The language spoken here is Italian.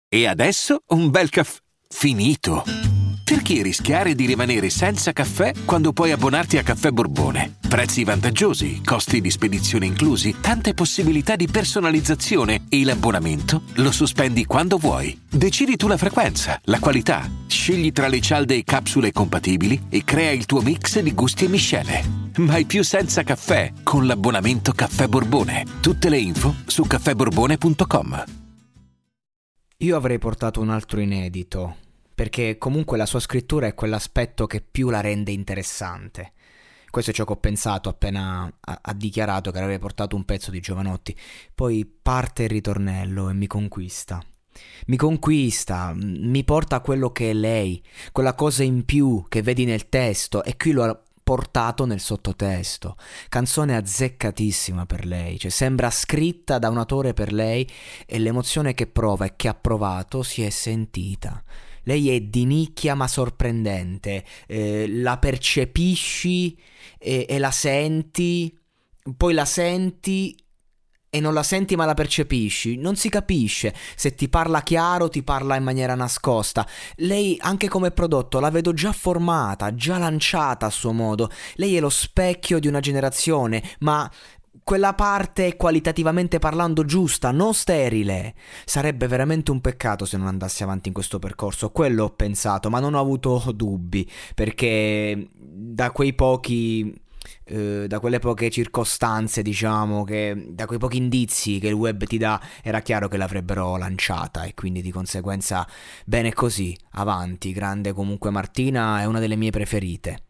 E adesso un bel caffè finito. Perché rischiare di rimanere senza caffè quando puoi abbonarti a Caffè Borbone? Prezzi vantaggiosi, costi di spedizione inclusi, tante possibilità di personalizzazione e l'abbonamento lo sospendi quando vuoi. Decidi tu la frequenza, la qualità, scegli tra le cialde e capsule compatibili e crea il tuo mix di gusti e miscele. Mai più senza caffè con l'abbonamento Caffè Borbone. Tutte le info su caffèborbone.com. Io avrei portato un altro inedito, perché comunque la sua scrittura è quell'aspetto che più la rende interessante. Questo è ciò che ho pensato appena ha dichiarato che avrebbe portato un pezzo di Jovanotti. Poi parte il ritornello e mi conquista, mi porta a quello che è lei, quella cosa in più che vedi nel testo, e qui lo ha portato nel sottotesto. Canzone azzeccatissima per lei, cioè sembra scritta da un autore per lei, e l'emozione che prova e che ha provato si è sentita. Lei è di nicchia ma sorprendente, la percepisci e la senti, poi la senti e non la senti ma la percepisci, non si capisce se ti parla chiaro o ti parla in maniera nascosta. Lei anche come prodotto la vedo già formata, già lanciata a suo modo. Lei è lo specchio di una generazione, ma quella parte qualitativamente parlando giusta, non sterile. Sarebbe veramente un peccato se non andassi avanti in questo percorso, quello ho pensato, ma non ho avuto dubbi, perché da quei pochi da quelle poche circostanze, diciamo, da quei pochi indizi che il web ti dà, era chiaro che l'avrebbero lanciata, e quindi di conseguenza bene così, avanti, grande. Comunque Martina è una delle mie preferite.